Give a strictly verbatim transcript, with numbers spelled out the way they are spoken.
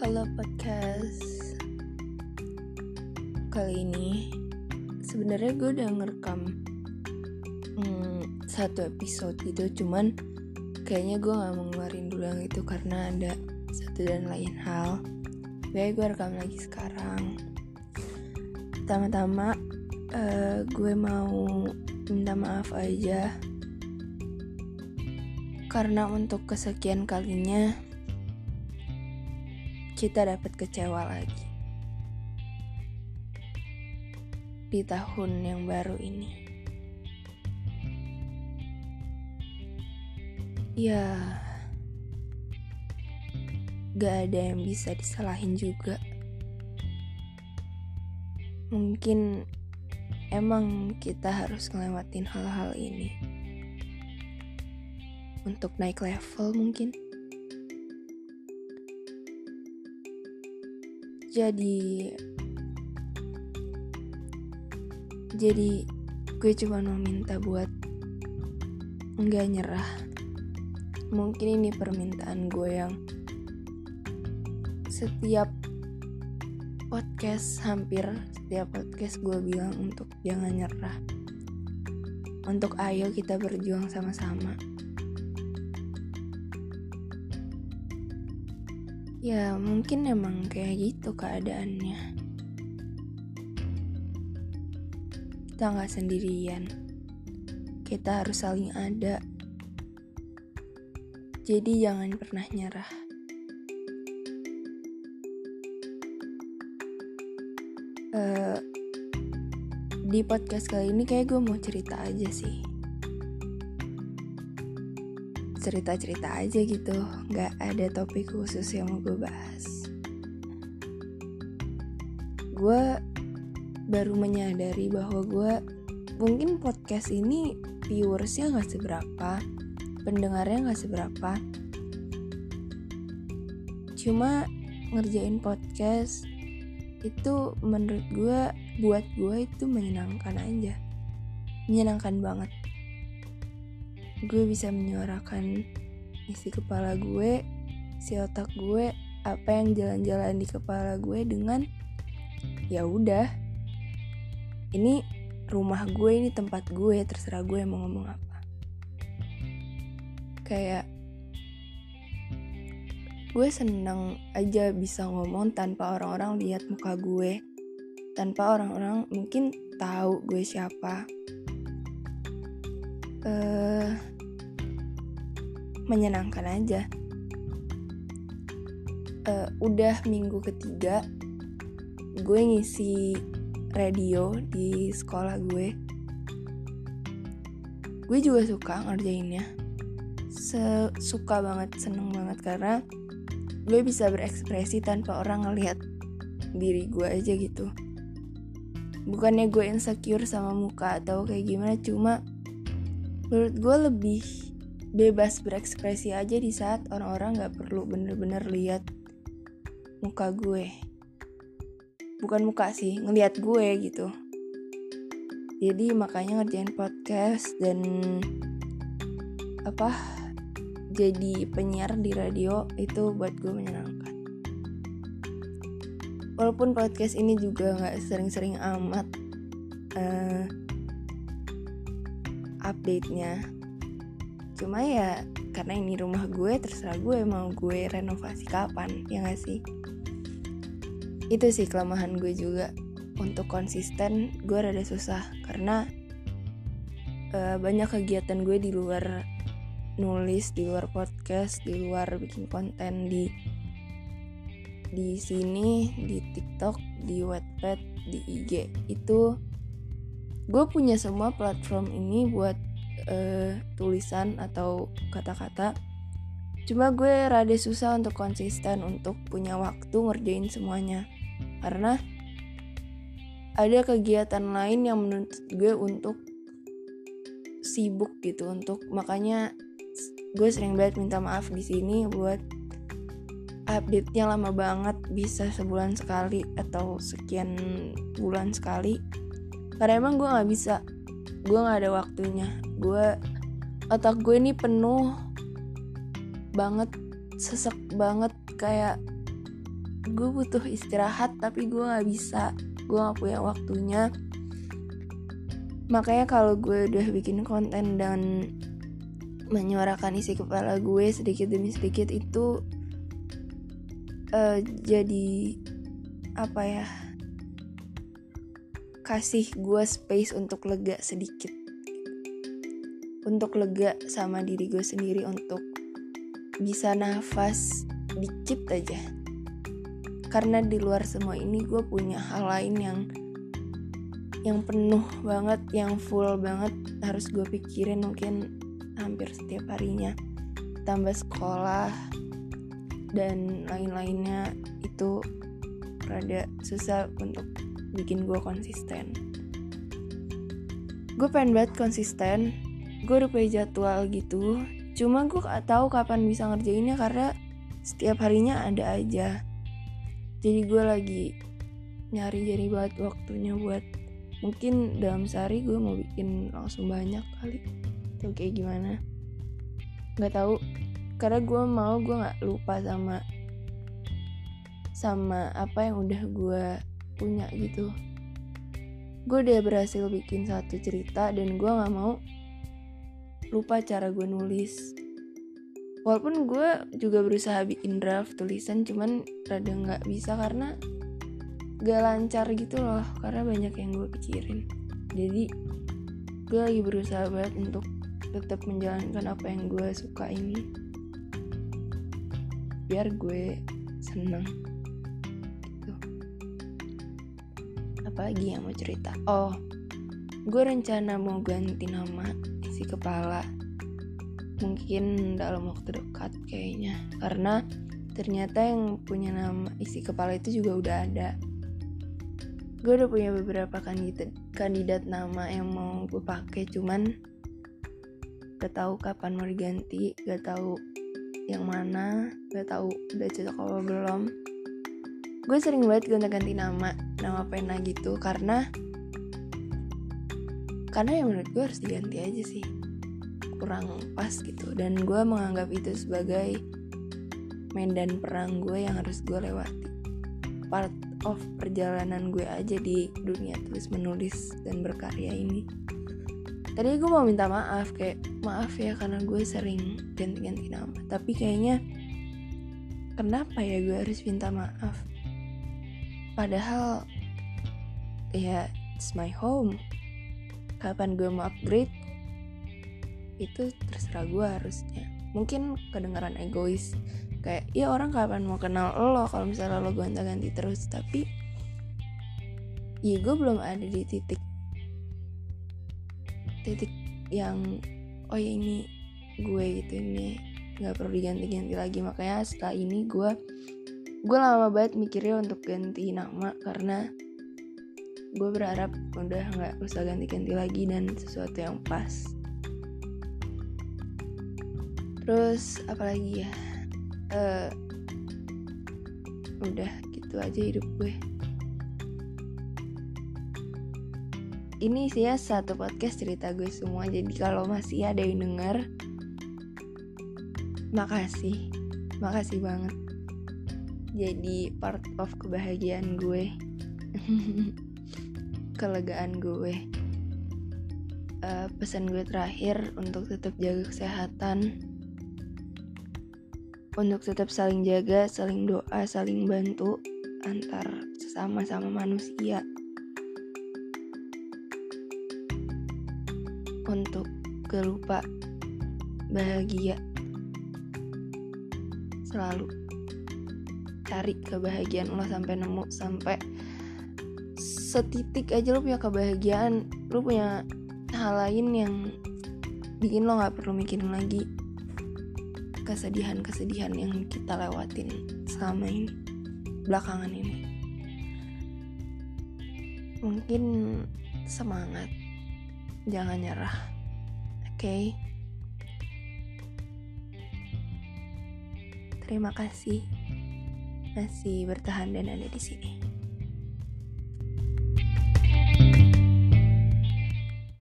Halo podcast. Kali ini sebenarnya gue udah ngerekam hmm, satu episode gitu, cuman kayaknya gue nggak mau ngeluarin dulu yang itu karena ada satu dan lain hal. Baik, gue rekam lagi sekarang. Pertama-tama uh, gue mau minta maaf aja karena untuk kesekian kalinya kita dapat kecewa lagi di tahun yang baru ini. Ya, gak ada yang bisa disalahin juga. Mungkin emang kita harus ngelewatin hal-hal ini untuk naik level mungkin. Jadi Jadi gue cuma mau minta buat enggak nyerah. Mungkin ini permintaan gue yang setiap podcast, hampir setiap podcast gue bilang untuk jangan nyerah. Untuk ayo kita berjuang sama-sama. Ya mungkin emang kayak gitu keadaannya. Kita gak sendirian. Kita harus saling ada. Jadi jangan pernah nyerah. uh, Di podcast kali ini kayak gue mau cerita aja sih. Cerita-cerita aja gitu, gak ada topik khusus yang mau gue bahas. Gue baru menyadari bahwa gue mungkin podcast ini viewersnya gak seberapa, pendengarnya gak seberapa. Cuma ngerjain podcast itu menurut gue, buat gue itu menyenangkan aja. Menyenangkan banget. Gue bisa menyuarakan isi kepala gue, isi otak gue, apa yang jalan-jalan di kepala gue dengan ya udah, ini rumah gue, ini tempat gue, terserah gue mau ngomong apa. Kayak gue seneng aja bisa ngomong tanpa orang-orang lihat muka gue, tanpa orang-orang mungkin tahu gue siapa. Eh uh, menyenangkan aja. Uh, udah minggu ketiga gue ngisi radio di sekolah gue. Gue juga suka ngerjainnya. Se- suka banget, seneng banget karena gue bisa berekspresi tanpa orang ngelihat diri gue aja gitu. Bukannya gue insecure sama muka atau kayak gimana, cuma menurut gue lebih bebas berekspresi aja di saat orang-orang gak perlu bener-bener lihat muka gue. Bukan muka sih, ngelihat gue gitu. Jadi makanya ngerjain podcast dan apa jadi penyiar di radio itu buat gue menyenangkan. Walaupun podcast ini juga gak sering-sering amat uh, update-nya. Cuma ya karena ini rumah gue, terserah gue mau gue renovasi kapan, ya gak sih? Itu sih kelemahan gue juga. Untuk konsisten gue rada susah karena uh, banyak kegiatan gue di luar nulis, di luar podcast, di luar bikin konten di di sini, di TikTok, di Wattpad, di I G. Itu gue punya semua platform ini buat Uh, tulisan atau kata-kata. Cuma gue rada susah untuk konsisten, untuk punya waktu ngerjain semuanya karena ada kegiatan lain yang menuntut gue untuk sibuk gitu. Untuk makanya gue sering banget minta maaf di sini buat update-nya lama banget, bisa sebulan sekali atau sekian bulan sekali. Karena emang gue nggak bisa, gue nggak ada waktunya. Gue otak gue ini penuh banget, sesek banget, kayak gue butuh istirahat tapi gue nggak bisa, gue nggak punya waktunya. Makanya kalau gue udah bikin konten dan menyuarakan isi kepala gue sedikit demi sedikit itu uh, jadi apa ya, kasih gue space untuk lega sedikit, untuk lega sama diri gue sendiri, untuk bisa nafas dikit aja. Karena di luar semua ini gue punya hal lain yang yang penuh banget, yang full banget harus gue pikirin mungkin hampir setiap harinya. Tambah sekolah dan lain-lainnya, itu rada susah untuk bikin gue konsisten. Gue pengen banget konsisten, gue udah punya jadwal gitu, cuma gue gak tahu kapan bisa ngerjainnya karena setiap harinya ada aja. Jadi gue lagi nyari-nyari banget waktunya buat, mungkin dalam sehari gue mau bikin langsung banyak kali, atau kayak gimana, gak tahu. Karena gue mau gue gak lupa sama sama apa yang udah gue punya gitu. Gue udah berhasil bikin satu cerita dan gue gak mau lupa cara gue nulis. Walaupun gue juga berusaha bikin draft tulisan, cuman rada gak bisa karena gak lancar gitu loh, karena banyak yang gue pikirin. Jadi gue lagi berusaha banget untuk tetap menjalankan apa yang gue suka ini, biar gue seneng gitu. Apalagi yang mau cerita? Oh, gue rencana mau ganti nama isi kepala, mungkin dalam waktu dekat kayaknya, karena ternyata yang punya nama isi kepala itu juga udah ada. Gue udah punya beberapa kandidat kandidat nama yang mau gue pakai, cuman gak tahu kapan mau diganti, gak tahu yang mana, gak tahu udah cocok apa belum. Gue sering banget gonta-ganti nama, nama pena gitu, karena karena yang menurut gue harus diganti aja sih, kurang pas gitu. Dan gue menganggap itu sebagai medan perang gue yang harus gue lewati, part of perjalanan gue aja di dunia tulis menulis dan berkarya ini. Tadi gue mau minta maaf, kayak maaf ya karena gue sering ganti-ganti nama, tapi kayaknya kenapa ya gue harus minta maaf, padahal ya it's my home. Kapan gue mau upgrade itu terserah gue harusnya. Mungkin kedengaran egois, kayak ya orang kapan mau kenal lo kalau misalnya lo gonta-ganti terus. Tapi ya gue belum ada di titik titik yang oh ya ini gue gitu, ini nggak perlu diganti-ganti lagi. Makanya setelah ini gue gue lama banget mikirnya untuk ganti nama, karena gue berharap udah nggak usah ganti-ganti lagi dan sesuatu yang pas. Terus apalagi ya, uh, udah gitu aja hidup gue. Ini sih ya satu podcast cerita gue semua, jadi kalau masih ada yang denger, makasih, makasih banget. Jadi part of kebahagiaan gue, kelegaan gue. Uh, pesan gue terakhir untuk tetap jaga kesehatan, untuk tetap saling jaga, saling doa, saling bantu antar sesama sama manusia. Untuk gak lupa bahagia, selalu cari kebahagiaan lo sampai nemu, sampai setitik aja lo punya kebahagiaan, lo punya hal lain yang bikin lo gak perlu mikirin lagi kesedihan-kesedihan yang kita lewatin selama ini, belakangan ini. Mungkin semangat, jangan nyerah, oke? Okay? Terima kasih masih bertahan dan ada di sini.